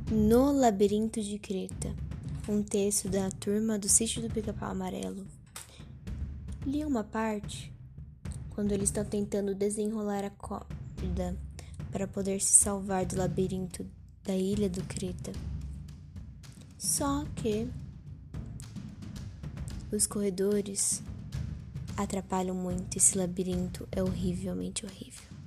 No Labirinto de Creta, um texto da turma do Sítio do Pica-Pau Amarelo. Li uma parte quando eles estão tentando desenrolar a corda para poder se salvar do labirinto da ilha do Creta. Só que os corredores atrapalham muito, esse labirinto é horrivelmente horrível.